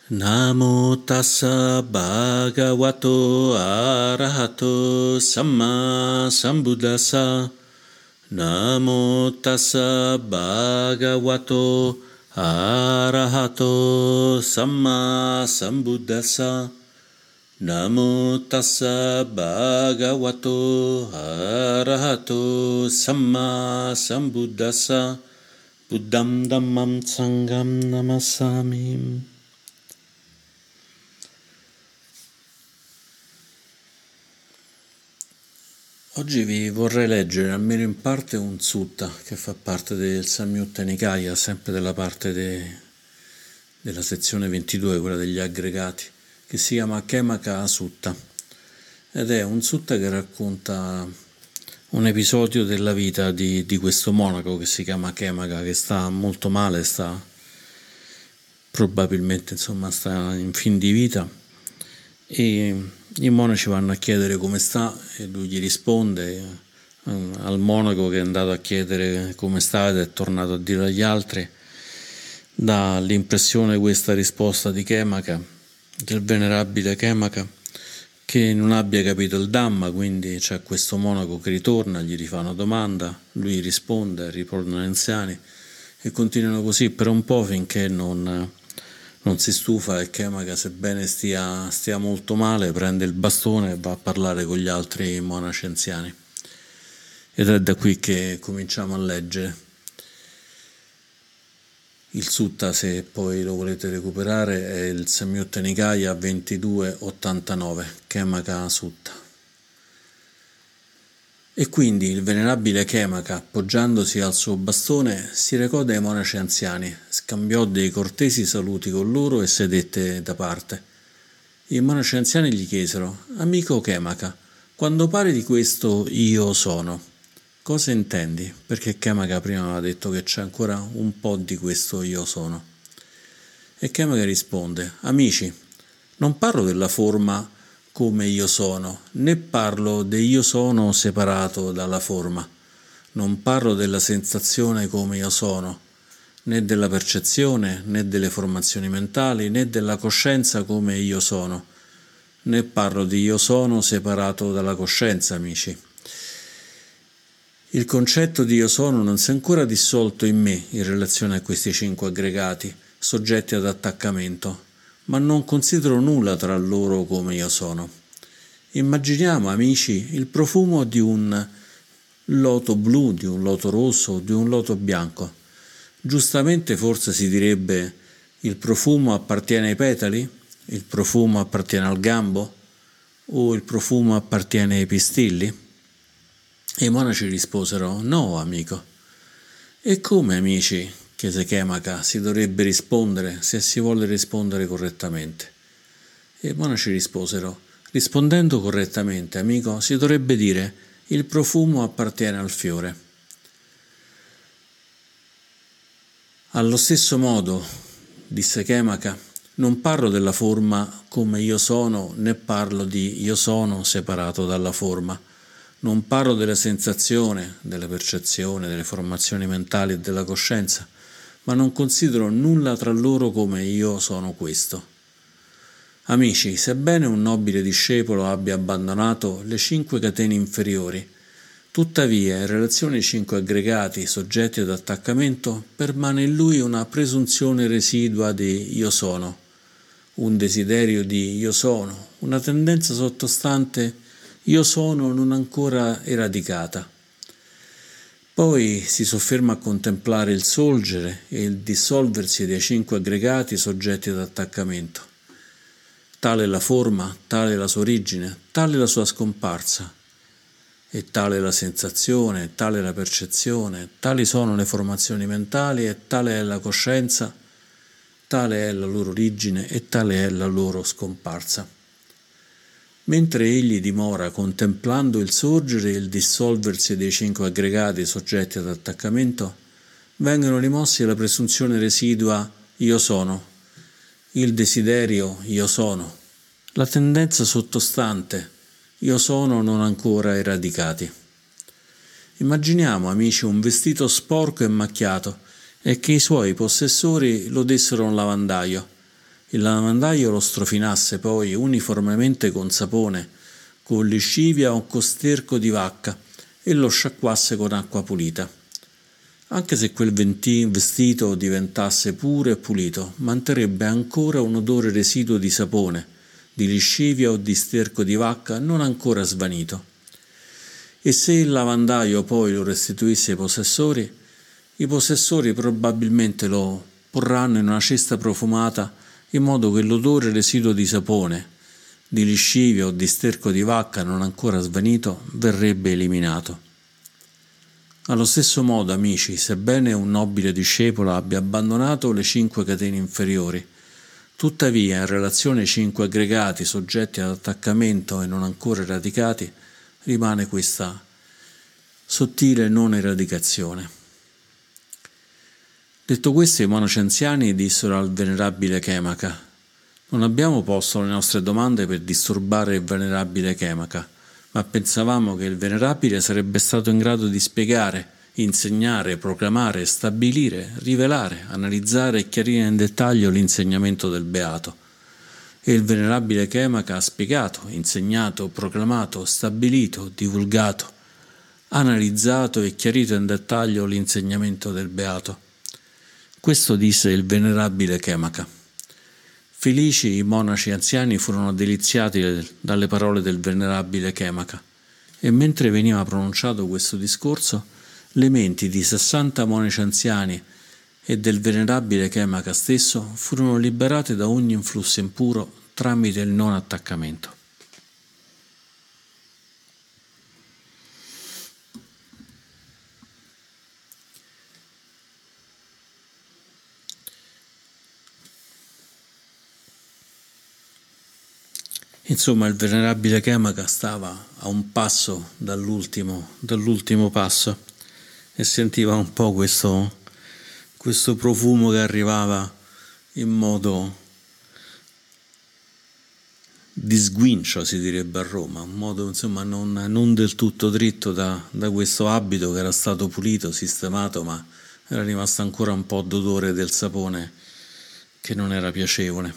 Namo tassa bhagavato arahato samma sambuddhassa. Namo tassa bhagavato arahato samma sambuddhassa. Namo tassa bhagavato arahato samma sambuddhassa. Buddham dhammam sangham namassami. Oggi vi vorrei leggere almeno in parte un sutta che fa parte del Samyutta Nikaya, sempre della parte della sezione 22, quella degli aggregati, che si chiama Khemaka Sutta, ed è un sutta che racconta un episodio della vita di questo monaco che si chiama Khemaka, che sta molto male, probabilmente sta in fin di vita, e i monaci vanno a chiedere come sta e lui gli risponde al monaco che è andato a chiedere come sta ed è tornato a dire agli altri. Dà l'impressione questa risposta di Khemaka, del venerabile Khemaka, che non abbia capito il Dhamma, quindi c'è questo monaco che ritorna, gli rifà una domanda, lui risponde, ritornano gli anziani e continuano così per un po' finché non si stufa e Khemaka, sebbene stia molto male, prende il bastone e va a parlare con gli altri monaci anziani. Ed è da qui che cominciamo a leggere. Il sutta, se poi lo volete recuperare, è il Samyutta Nikaya 2289, Khemaka Sutta. E quindi il venerabile Khemaka, appoggiandosi al suo bastone, si recò dai monaci anziani, scambiò dei cortesi saluti con loro e sedette da parte. I monaci anziani gli chiesero: «Amico Khemaka, quando parli di questo io sono, cosa intendi?» Perché Khemaka prima aveva detto che c'è ancora un po' di questo io sono. E Khemaka risponde: «Amici, non parlo della forma come io sono, né parlo de io sono separato dalla forma, non parlo della sensazione come io sono, né della percezione, né delle formazioni mentali, né della coscienza come io sono, né parlo di io sono separato dalla coscienza, amici. Il concetto di io sono non si è ancora dissolto in me in relazione a questi 5 aggregati, soggetti ad attaccamento, ma non considero nulla tra loro come io sono. Immaginiamo, amici, il profumo di un loto blu, di un loto rosso, di un loto bianco. Giustamente forse si direbbe: il profumo appartiene ai petali? Il profumo appartiene al gambo? O il profumo appartiene ai pistilli? E i monaci risposero: no, amico. E come, amici? Chiese Khemaka, si dovrebbe rispondere se si vuole rispondere correttamente. E i monaci risposero: rispondendo correttamente, amico, si dovrebbe dire: il profumo appartiene al fiore. Allo stesso modo, disse Khemaka, non parlo della forma come io sono, né parlo di io sono separato dalla forma. Non parlo della sensazione, della percezione, delle formazioni mentali e della coscienza, ma non considero nulla tra loro come io sono questo. Amici, sebbene un nobile discepolo abbia abbandonato le 5 catene inferiori, tuttavia in relazione ai 5 aggregati soggetti ad attaccamento permane in lui una presunzione residua di io sono, un desiderio di io sono, una tendenza sottostante io sono non ancora eradicata. Poi si sofferma a contemplare il sorgere e il dissolversi dei 5 aggregati soggetti ad attaccamento. Tale è la forma, tale è la sua origine, tale è la sua scomparsa. E tale è la sensazione, tale è la percezione, tali sono le formazioni mentali e tale è la coscienza, tale è la loro origine e tale è la loro scomparsa. Mentre egli dimora contemplando il sorgere e il dissolversi dei 5 aggregati soggetti ad attaccamento, vengono rimossi la presunzione residua io sono, il desiderio io sono, la tendenza sottostante io sono non ancora eradicati. Immaginiamo, amici, un vestito sporco e macchiato e che i suoi possessori lo dessero a un lavandaio. Il lavandaio lo strofinasse poi uniformemente con sapone, con liscivia o con sterco di vacca e lo sciacquasse con acqua pulita. Anche se quel vestito diventasse puro e pulito, manterrebbe ancora un odore residuo di sapone, di liscivia o di sterco di vacca non ancora svanito. E se il lavandaio poi lo restituisse ai possessori, i possessori probabilmente lo porranno in una cesta profumata in modo che l'odore residuo di sapone, di liscivia o di sterco di vacca non ancora svanito verrebbe eliminato. Allo stesso modo, amici, sebbene un nobile discepolo abbia abbandonato le 5 catene inferiori, tuttavia in relazione ai 5 aggregati soggetti ad attaccamento e non ancora eradicati, rimane questa sottile non eradicazione. Detto questo, i monaci anziani dissero al venerabile Khemaka: non abbiamo posto le nostre domande per disturbare il venerabile Khemaka, ma pensavamo che il venerabile sarebbe stato in grado di spiegare, insegnare, proclamare, stabilire, rivelare, analizzare e chiarire in dettaglio l'insegnamento del Beato. E il venerabile Khemaka ha spiegato, insegnato, proclamato, stabilito, divulgato, analizzato e chiarito in dettaglio l'insegnamento del Beato. Questo disse il venerabile Khemaka. Felici i monaci anziani furono deliziati dalle parole del venerabile Khemaka, e mentre veniva pronunciato questo discorso, le menti di 60 monaci anziani e del venerabile Khemaka stesso furono liberate da ogni influsso impuro tramite il non attaccamento. Insomma, il venerabile Khemaka stava a un passo dall'ultimo passo e sentiva un po' questo profumo che arrivava in modo di sguincio, si direbbe a Roma, un modo insomma non del tutto dritto da questo abito che era stato pulito, sistemato, ma era rimasto ancora un po' d'odore del sapone che non era piacevole.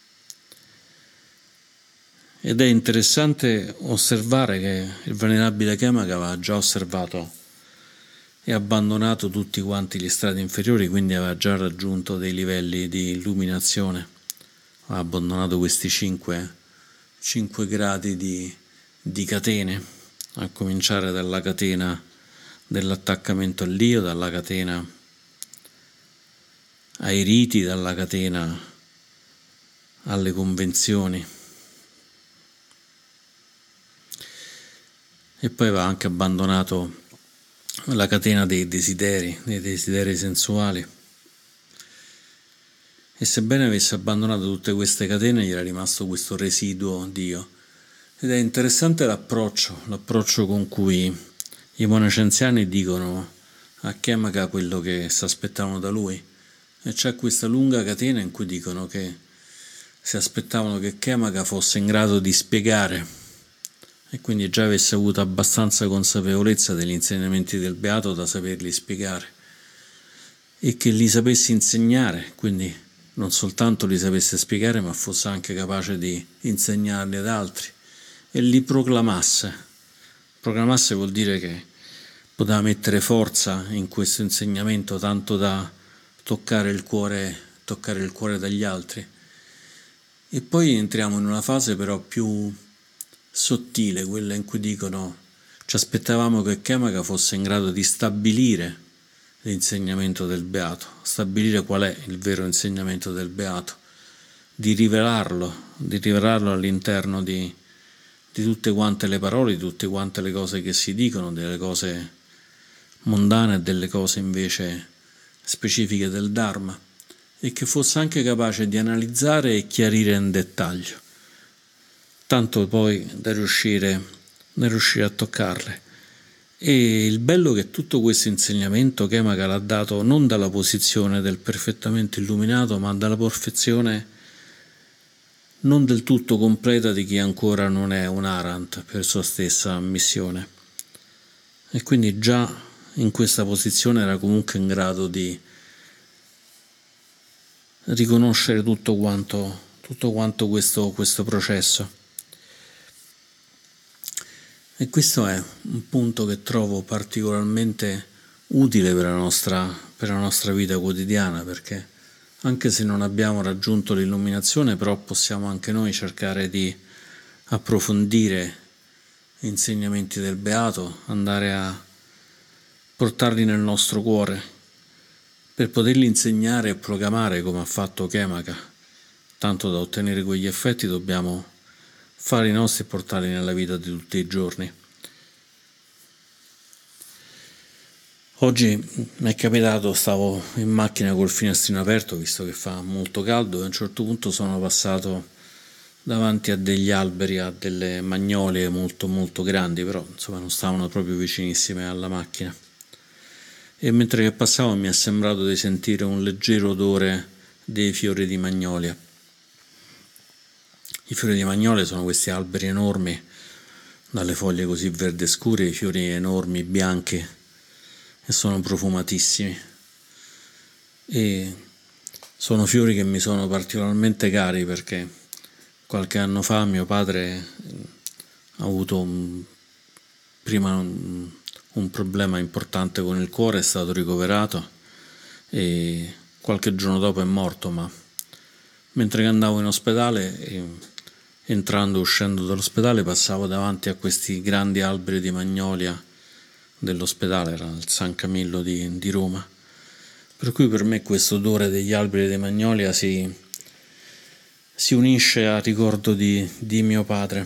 Ed è interessante osservare che il venerabile Khemaka aveva già osservato e abbandonato tutti quanti gli strati inferiori, quindi aveva già raggiunto dei livelli di illuminazione, aveva abbandonato questi 5 gradi di catene, a cominciare dalla catena dell'attaccamento all'io, dalla catena ai riti, dalla catena alle convenzioni. E poi aveva anche abbandonato la catena dei desideri sensuali. E sebbene avesse abbandonato tutte queste catene, gli era rimasto questo residuo Dio. Ed è interessante l'approccio con cui i monaci anziani dicono a Khemaka quello che si aspettavano da lui. E c'è questa lunga catena in cui dicono che si aspettavano che Khemaka fosse in grado di spiegare e quindi già avesse avuto abbastanza consapevolezza degli insegnamenti del Beato da saperli spiegare e che li sapesse insegnare, quindi non soltanto li sapesse spiegare ma fosse anche capace di insegnarli ad altri e li proclamasse. Proclamasse vuol dire che poteva mettere forza in questo insegnamento tanto da toccare il cuore degli altri. E poi entriamo in una fase però più sottile, quella in cui dicono ci aspettavamo che Khemaka fosse in grado di stabilire l'insegnamento del Beato, stabilire qual è il vero insegnamento del Beato, di rivelarlo all'interno di tutte quante le parole, di tutte quante le cose che si dicono, delle cose mondane e delle cose invece specifiche del Dharma, e che fosse anche capace di analizzare e chiarire in dettaglio, tanto poi da riuscire a toccarle. E il bello è che tutto questo insegnamento Khemaka l'ha dato non dalla posizione del perfettamente illuminato, ma dalla perfezione non del tutto completa di chi ancora non è un Arahant per sua stessa ammissione. E quindi già in questa posizione era comunque in grado di riconoscere tutto quanto questo processo. E questo è un punto che trovo particolarmente utile per la nostra vita quotidiana, perché anche se non abbiamo raggiunto l'illuminazione, però possiamo anche noi cercare di approfondire gli insegnamenti del Beato, andare a portarli nel nostro cuore, per poterli insegnare e proclamare come ha fatto Khemaka. Tanto da ottenere quegli effetti dobbiamo fare i nostri e portarli nella vita di tutti i giorni. Oggi mi è capitato, stavo in macchina col finestrino aperto, visto che fa molto caldo, e a un certo punto sono passato davanti a degli alberi, a delle magnolie molto molto grandi, però insomma non stavano proprio vicinissime alla macchina. E mentre che passavo mi è sembrato di sentire un leggero odore dei fiori di magnolia. I fiori di magnolia sono questi alberi enormi, dalle foglie così verde scure, i fiori enormi, bianchi, e sono profumatissimi. E sono fiori che mi sono particolarmente cari, perché qualche anno fa mio padre ha avuto prima un problema importante con il cuore, è stato ricoverato e qualche giorno dopo è morto, ma mentre andavo in ospedale, entrando e uscendo dall'ospedale, passavo davanti a questi grandi alberi di magnolia dell'ospedale, era il San Camillo di Roma, per cui per me questo odore degli alberi di magnolia si unisce al ricordo di mio padre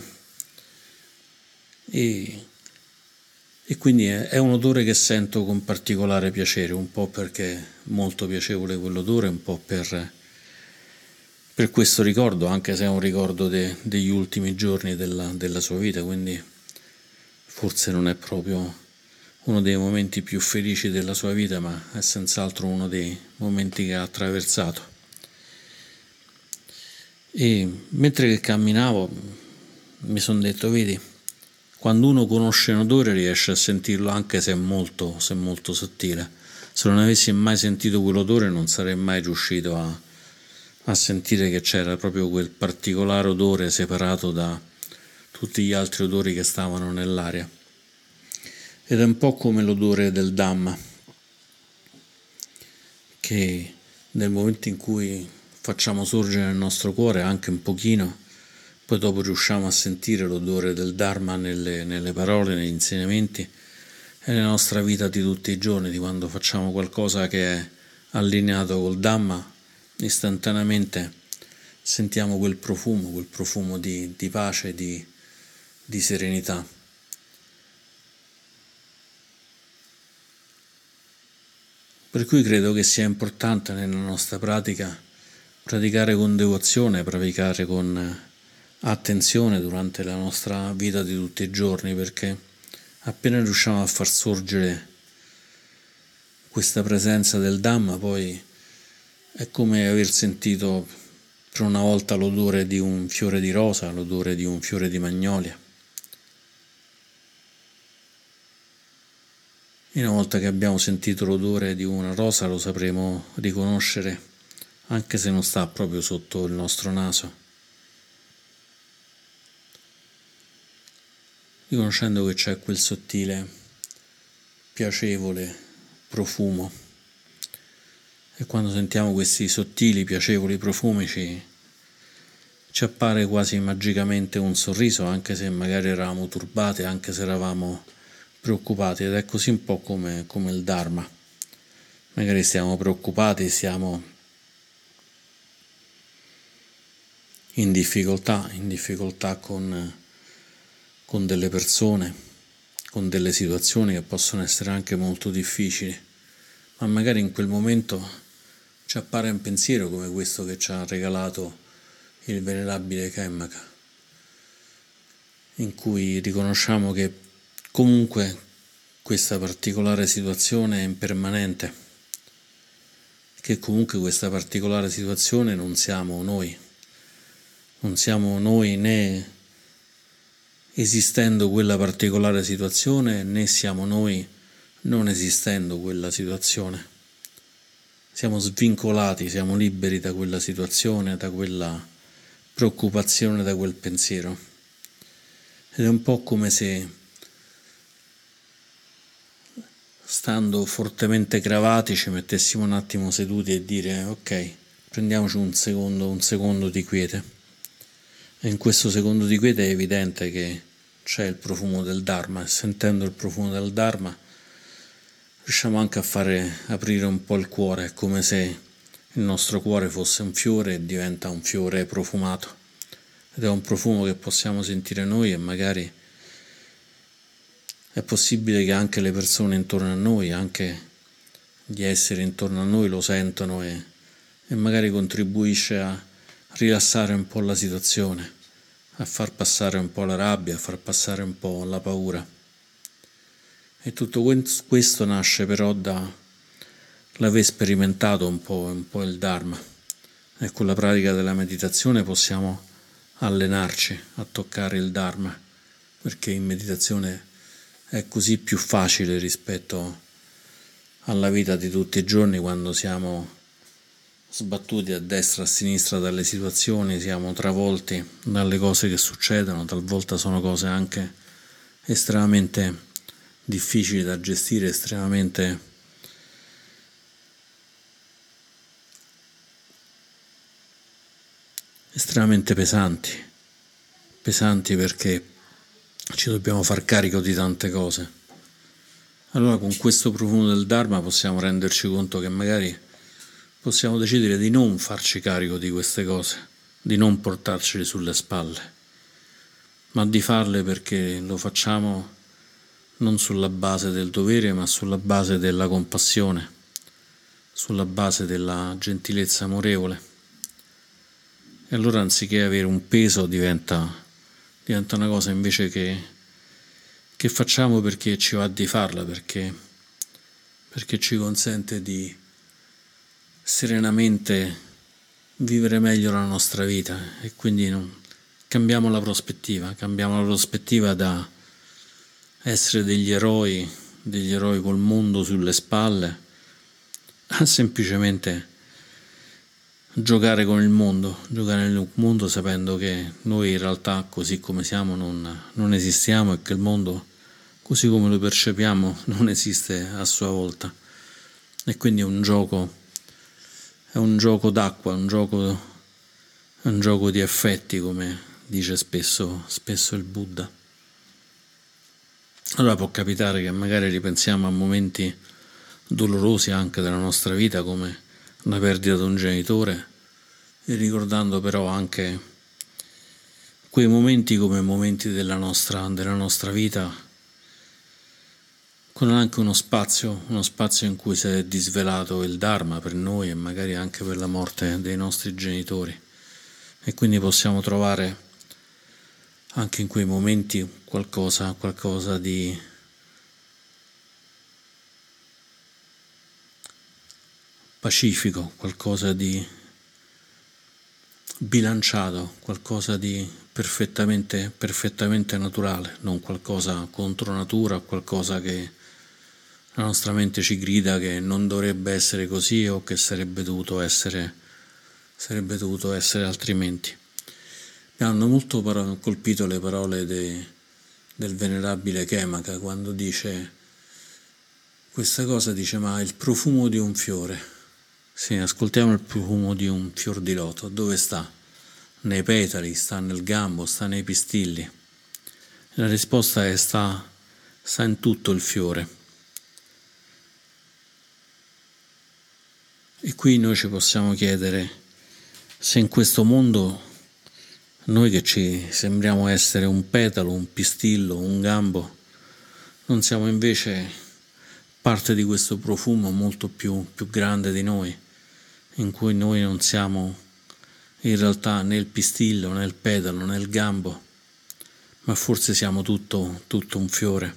e quindi è un odore che sento con particolare piacere, un po' perché è molto piacevole quell'odore, un po' per questo ricordo, anche se è un ricordo degli ultimi giorni della sua vita, quindi forse non è proprio uno dei momenti più felici della sua vita, ma è senz'altro uno dei momenti che ha attraversato. E mentre che camminavo mi sono detto, vedi, quando uno conosce un odore riesce a sentirlo anche se è molto sottile. Se non avessi mai sentito quell'odore non sarei mai riuscito a sentire che c'era proprio quel particolare odore separato da tutti gli altri odori che stavano nell'aria. Ed è un po' come l'odore del Dhamma, che nel momento in cui facciamo sorgere nel nostro cuore anche un pochino, poi dopo riusciamo a sentire l'odore del Dharma nelle parole, negli insegnamenti e nella nostra vita di tutti i giorni, di quando facciamo qualcosa che è allineato col Dhamma, istantaneamente sentiamo quel profumo di pace, di serenità. Per cui credo che sia importante nella nostra pratica praticare con devozione, praticare con attenzione durante la nostra vita di tutti i giorni, perché appena riusciamo a far sorgere questa presenza del Dhamma, poi è come aver sentito per una volta l'odore di un fiore di rosa, l'odore di un fiore di magnolia. E una volta che abbiamo sentito l'odore di una rosa lo sapremo riconoscere, anche se non sta proprio sotto il nostro naso, riconoscendo che c'è quel sottile, piacevole profumo. E quando sentiamo questi sottili, piacevoli profumi ci appare quasi magicamente un sorriso, anche se magari eravamo turbati, anche se eravamo preoccupati, ed è così un po' come il Dharma. Magari siamo preoccupati, siamo in difficoltà con delle persone, con delle situazioni che possono essere anche molto difficili, ma magari in quel momento ci appare un pensiero come questo che ci ha regalato il venerabile Khemaka, in cui riconosciamo che comunque questa particolare situazione è impermanente, che comunque questa particolare situazione non siamo noi né esistendo quella particolare situazione, né siamo noi non esistendo quella situazione. siamo svincolati, siamo liberi da quella situazione, da quella preoccupazione, da quel pensiero. Ed è un po' come se, stando fortemente gravati, ci mettessimo un attimo seduti e dire ok, prendiamoci un secondo di quiete. E in questo secondo di quiete è evidente che c'è il profumo del Dharma, e sentendo il profumo del Dharma riusciamo anche a fare aprire un po' il cuore, è come se il nostro cuore fosse un fiore e diventa un fiore profumato. Ed è un profumo che possiamo sentire noi e magari è possibile che anche le persone intorno a noi, anche gli esseri intorno a noi lo sentono e magari contribuisce a rilassare un po' la situazione, a far passare un po' la rabbia, a far passare un po' la paura. E tutto questo nasce però da l'aver sperimentato un po' il Dharma. E con la pratica della meditazione possiamo allenarci a toccare il Dharma, perché in meditazione è così più facile rispetto alla vita di tutti i giorni, quando siamo sbattuti a destra e a sinistra dalle situazioni, siamo travolti dalle cose che succedono, talvolta sono cose anche estremamente difficili da gestire, estremamente pesanti perché ci dobbiamo far carico di tante cose. Allora con questo profumo del Dharma possiamo renderci conto che magari possiamo decidere di non farci carico di queste cose, di non portarcele sulle spalle, ma di farle perché lo facciamo non sulla base del dovere, ma sulla base della compassione, sulla base della gentilezza amorevole. E allora anziché avere un peso diventa una cosa invece che facciamo perché ci va di farla, perché ci consente di serenamente vivere meglio la nostra vita e quindi cambiamo la prospettiva da essere degli eroi col mondo sulle spalle a semplicemente giocare nel mondo sapendo che noi in realtà così come siamo non esistiamo e che il mondo così come lo percepiamo non esiste a sua volta, e quindi è un gioco d'acqua, un gioco di effetti, come dice spesso il Buddha. Allora può capitare che magari ripensiamo a momenti dolorosi anche della nostra vita, come la perdita di un genitore, e ricordando però anche quei momenti come momenti della nostra vita, con anche uno spazio in cui si è disvelato il Dharma per noi e magari anche per la morte dei nostri genitori, e quindi possiamo trovare anche in quei momenti qualcosa di pacifico, qualcosa di bilanciato, qualcosa di perfettamente naturale, non qualcosa contro natura, qualcosa che la nostra mente ci grida che non dovrebbe essere così o che sarebbe dovuto essere altrimenti. Mi hanno molto colpito le parole del venerabile Khemaka quando dice questa cosa, dice: ma il profumo di un fiore, sì, ascoltiamo il profumo di un fior di loto, dove sta? Nei petali, sta nel gambo, sta nei pistilli? La risposta è sta in tutto il fiore. E qui noi ci possiamo chiedere se in questo mondo noi che ci sembriamo essere un petalo, un pistillo, un gambo, non siamo invece parte di questo profumo molto più grande di noi, in cui noi non siamo in realtà né il pistillo, né il petalo, né il gambo, ma forse siamo tutto un fiore.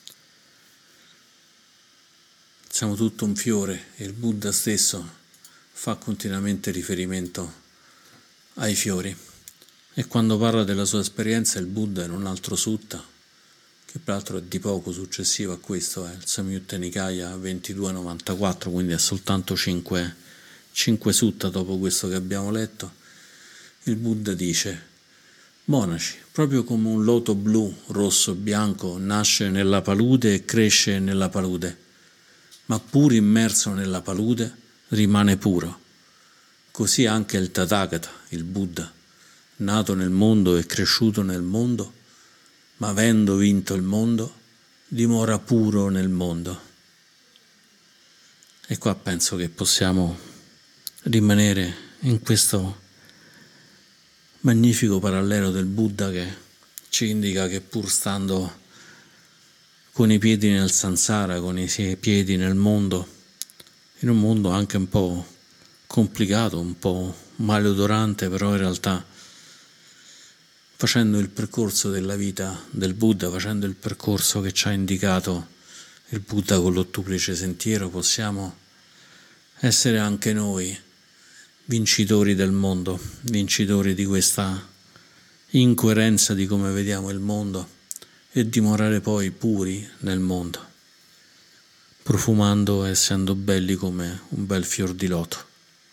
Siamo tutto un fiore e il Buddha stesso fa continuamente riferimento ai fiori. E quando parla della sua esperienza, il Buddha è un altro sutta che peraltro è di poco successivo a questo, è il Samyutta Nikaya 2294, quindi è soltanto 5 sutta dopo questo che abbiamo letto. Il Buddha dice: monaci, proprio come un loto blu, rosso, bianco nasce nella palude e cresce nella palude, ma pur immerso nella palude rimane puro. Così anche il Tathagata, il Buddha, nato nel mondo e cresciuto nel mondo, ma avendo vinto il mondo, dimora puro nel mondo. E qua penso che possiamo rimanere in questo magnifico parallelo del Buddha che ci indica che pur stando con i piedi nel samsara, con i piedi nel mondo, in un mondo anche un po' complicato, un po' maleodorante, però in realtà facendo il percorso della vita del Buddha, facendo il percorso che ci ha indicato il Buddha con l'ottuplice sentiero, possiamo essere anche noi vincitori del mondo, vincitori di questa incoerenza di come vediamo il mondo e dimorare poi puri nel mondo, profumando e essendo belli come un bel fior di loto.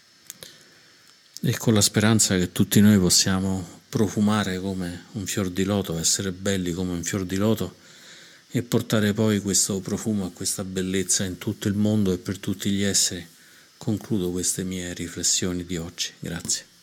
E con la speranza che tutti noi possiamo profumare come un fior di loto, essere belli come un fior di loto e portare poi questo profumo e questa bellezza in tutto il mondo e per tutti gli esseri. Concludo queste mie riflessioni di oggi. Grazie.